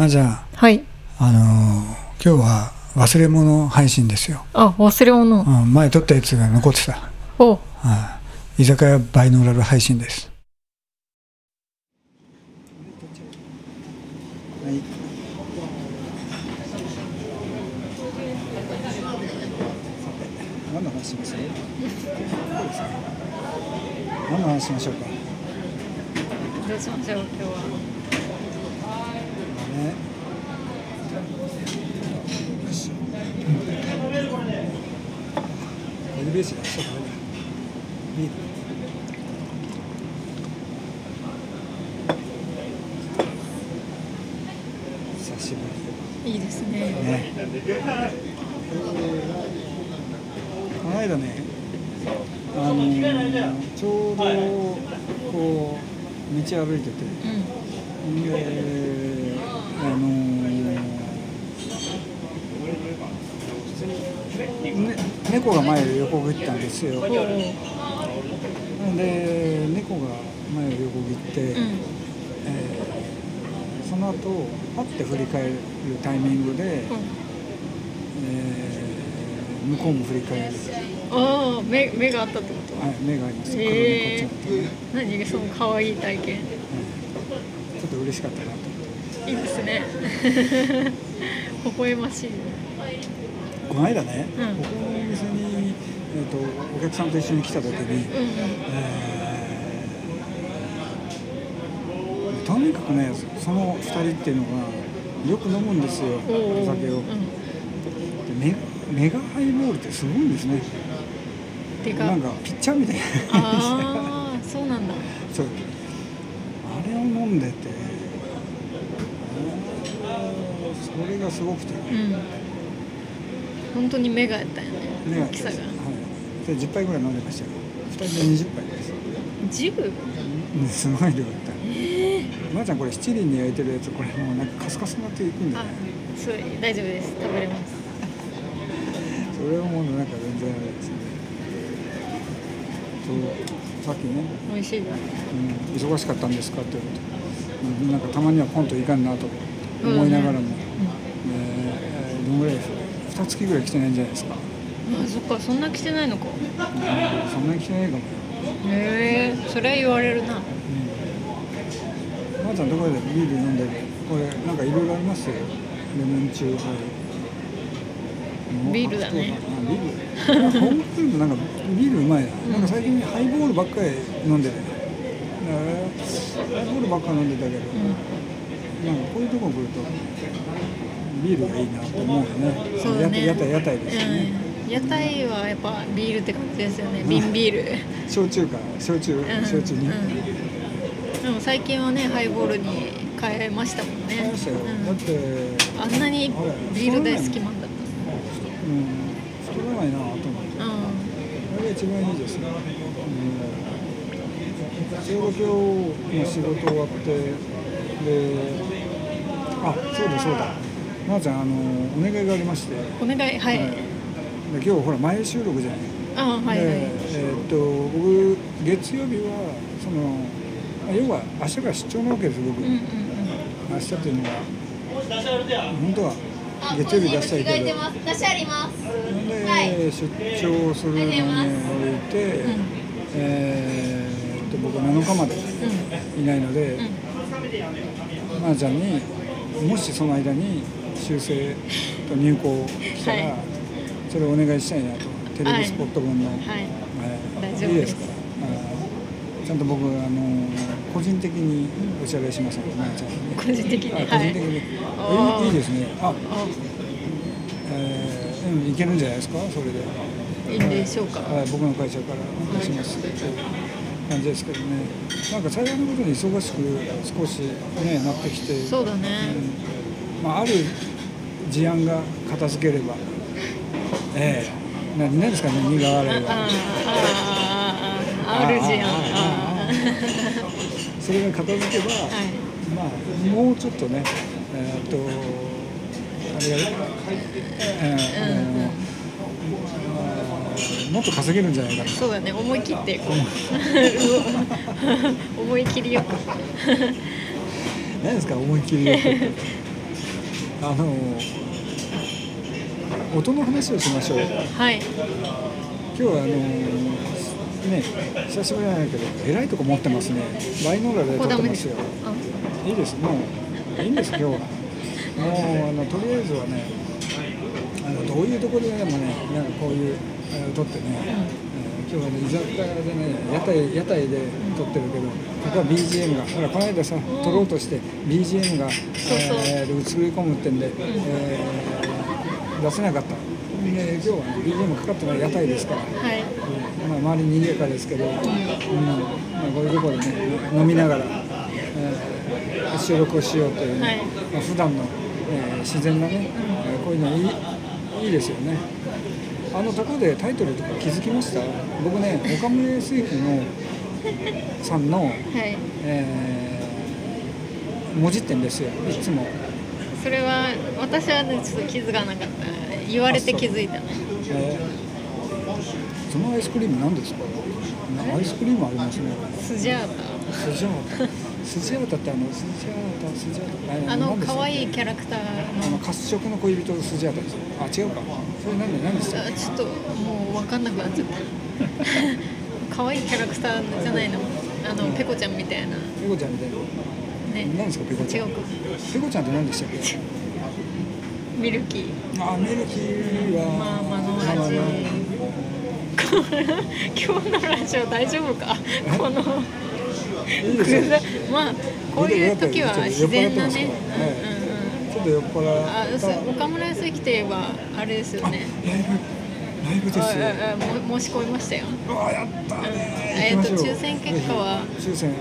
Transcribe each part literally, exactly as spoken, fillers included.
まあじゃあ、 はい。 あのー、今日は忘れ物配信ですよ。 あ、忘れ物。 うん、前撮ったやつが残ってた。 お、 あ居酒屋バイノーラル配信です。はい。何の話します？何の話しましょうか。 どうしましょう今日は。 ね。オイルベースだ。そうだね。ビール。久しぶり。 いいですね。 ね。この間ね、あのー、ちょうどこう道歩いてて、うん、で、あのー、ね、猫が前を横切ったんですよ。で、猫が前を横切って、うん、えー、その後パッて振り返るタイミングで、うん、えー、向こうも振り返る。 ああ、目、目があったってこと？ はい、目があります。 えー、何その可愛い体験、うん、 ちょっと嬉しかったなと思って。 いいですね。微笑ましい。 この間ね、 うん、 ここのお店に、えーと、お客さんと一緒に来た時に、うんうん、えー、とにかくね、そのふたりっていうのがよく飲むんですよ、お酒を、うん、でメガハイボールってすごいんですね。なんかピッチャーみたいな。 ああ、そうなんだ。 そう、あれを飲んでて、それがすごくて、うん、 本当にメガやったよね。 メガやったです。はい。それじゅっぱいぐらい飲んでましたよ。ふたりでにじゅっぱいです。じゅう？うん、すごい量だった。えー、まーちゃんこれ七輪に焼いてるやつ、これもうなんかカスカスになっていくんだよね。 あ、それ大丈夫です。食べれます。 それはもうなんか全然あれですね。さっきね、 美味しい、うん、 忙しかったんですかって言われて、うん、なんかたまにはポンといかんなと思いながらも、うんね、えー、どのぐらいですふたつきぐらい来てないんじゃないですか。 あ、そっか、そんな来てないのか、うん、 そんなに来てないかも。 へえー、それは言われるな。うん、 まーちゃんどこでビール飲んでる？これなんかいろいろありますよ。レモンチューハイ、 ビールだね。 ビール。ホームクリームなんかビールうまいな。うん、なんか最近ハイボールばっかり飲んでる。ハイボールばっかり飲んでたけど、うん、なんかこういうとこ来るとビールがいいなと思うよね。そうだね。屋台屋台ですよね。 うん、屋台はやっぱビールって感じですよね。瓶ビール。 焼酎か焼酎、うん、焼酎に。うん、 でも最近はねハイボールに変えましたもんね。 変えましたよ。うん、だってあんなにビール大好きマンだった。 うん、太らないなと思って、うん、あれが一番いいですね、うん、ちょうど今日の仕事終わってで、あ、そうだそうだ、まーちゃん、あのお願いがありまして。 お願い、はい、で今日ほら前収録じゃない。 あ、はいはい、 えー、っと僕月曜日はその要は明日から出張なわけです僕、うんうんうん、明日っていうのは本当は月曜日出したいけど、出しあります。で、はい、出張するのにおいて、うん、えー、と僕なのかまでいないので、うん、まーちゃんにもしその間に修正と入稿来たら、はい、それをお願いしたいなと。テレビスポット分の、はいはい、大丈夫です。いいですか。あ、ちゃんと僕あの個人的にお支払いしますので、まーちゃんに、ね、 個人的に、 個人的に、はい、いいですね。あ、えー、うん、いけるんじゃないですか、それで。 いいんでしょうか。 はい、僕の会社からお願いします、はい、という感じですけどね。なんか幸いなことに忙しく少しねなってきて。 そうだね。 うん、まあある事案が片付ければ、ええー。何ですかね、苦笑いは。ああ、あるじゃん。 それが片付けば、はい、まあもうちょっとね、えー、っとあれが、えーうんうん、もっと稼げるんじゃないかな。 そうだね、思い切ってこう思い切りよく。 何ですか思い切りよく。 あの音の話をしましょう。 はい。 今日はあのね、久しぶりなんだけど、えらいとこ持ってますね。バイノーラルで撮ってますよ。いいです、もういいんです今日は。もうあのとりあえずはね、あのどういうところでもね、なんかこういう撮ってね、えー、今日はね居酒屋でね、屋台屋台で撮ってるけど、ここは ビージーエム が、ほらこの間さ撮ろうとして ビージーエム が、 そうそうえー、映り込むってんで、えー、出せなかった。で今日は、ね、ビージーエム かかってない屋台ですから。 はい。 まあ、周りに賑やかですけど、うんまあ、こういうところで、ね、飲みながら、えー、収録をしようという、ねはいまあ、普段の、えー、自然なね、うん、こういうのいい、いいですよね。あのところでタイトルとか気づきました？僕ね、岡村康之のさんの、はいえー、文字ってんですよ、いつも。 それは私は、ね、ちょっと気づかなかった。言われて気づいたね。えー、そのアイスクリーム何ですか？アイスクリームありますね。 スジャータ。 スジャータ。スジャータってあのスジャータスジャータあの可愛いキャラクターのあの褐色の恋人スジャータです。あ違うか。それ何何でした？ ちょっともう分かんなくなっちゃった。可愛いキャラクターじゃないの。あの、うん、ペコちゃんみたいな。 ペコちゃんみたいな。ね。何ですかペコちゃん？違うか。ペコちゃんって何でしたっけ？ ミルキー。 あミルキーは。 まあまあの味。今日のラジオ大丈夫か？この。いいですよまあこういう時は自然なね。 ちょっと酔っ払あ岡村康之といえばあれですよね。 ライブライブですよ。 も申し込みましたよ。 うわやったね。 えっと抽選結果は抽選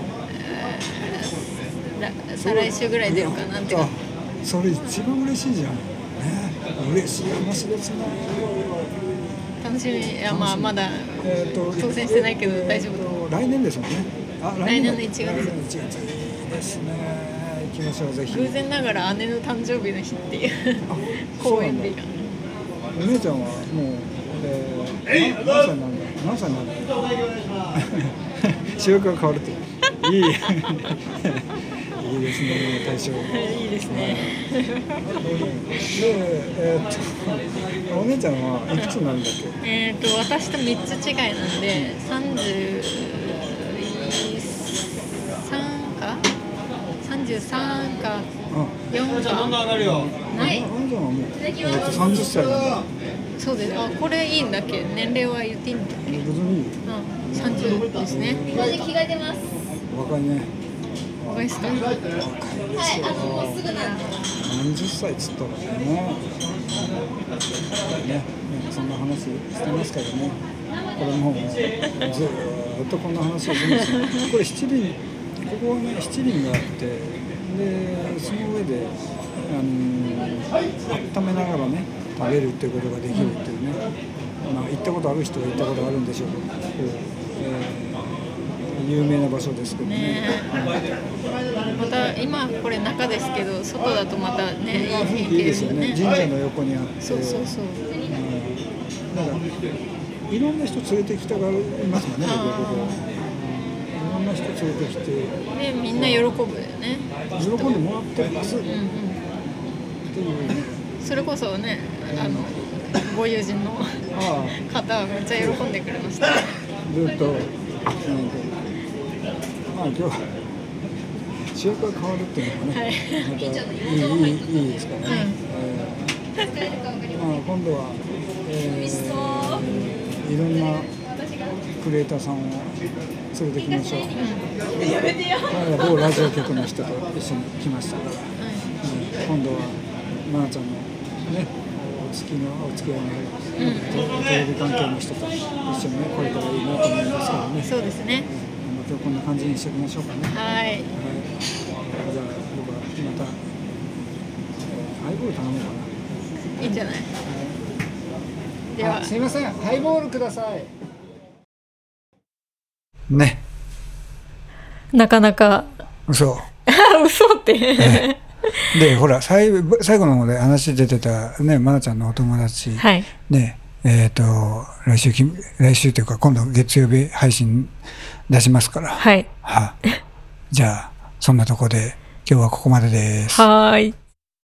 再来週ぐらい出るかなって。 それ一番嬉しいじゃん。ね嬉しい話ですね。 楽しみ。いやまあまだ当選してないけど大丈夫。 来年ですもんね。 あ来年のいちがつ。 いいですね。行きましょうぜひ。 偶然ながら姉の誕生日の日っていう公演日が。 お姉ちゃんはもう、えー、何歳なんだ何歳なんだ視力が変わるっていいいいですね大将。 いいですね。 で、えー、っとお姉ちゃんはいくつになるんだっけ？ えーっと私とみっつ違いなんでさんじゅうさんじゅうさんかよんか。 ない。えっとさんじゅっさいなんだ。 そうです。あこれいいんだっけ？年齢は言っていいんだっけ？ 別にいい。 うんさんじゅうですね。同時着替えてます。 若いね。 若いですか？ 若いですよ。はい、あのもうすぐなんで。何十歳っつったらね。ね、そんな話してますからね。これもうずっとこんな話をするんですよ。これ七輪。ここはね七輪があって、でその上で、あのー、温めながらね食べるっていうことができるっていうね、まあ、行ったことある人は行ったことあるんでしょうけど、えー、有名な場所ですけどね。ねまた今これ中ですけど外だとまたねいい雰囲気いいですよね。神社の横にあって、 そうそうそう。 うん、だからいろんな人連れてきたがいますもんねここ。いろんな人連れてきてでみんな喜ぶよね。 喜んでもらってます、うんうん、っていうね。それこそねあのご友人の方はめっちゃ喜んでくれました。 ずっと、うん、まあ今日は主役が変わるっていうのがね、はい、またいい、いい、いいですからね、うんえーまあ、今度は、えー、いろんなクリエイターさんを連れてきましょう。やめてよ。某ラジオ局の人と一緒に来ましたから、うん、今度はまなちゃんのねお付きのお付き合いのある、うん、テレビ関係の人と一緒にね来れたらいいなと思いますからね。 そうですね。 うん、まあ、今日こんな感じにしておきましょうかね。 はい。はい、 じゃあ僕はまた、えー、ハイボール頼もうかな。 いいんじゃない。はい、ではすいませんハイボールください。ね。 なかなか嘘嘘って、 でほら最最後の方で話出てたねまなちゃんのお友達、 はい、 ねえっ、ー、と来週来週というか今度月曜日配信出しますから、 はい、 はじゃあそんなとこで今日はここまでです。 はい。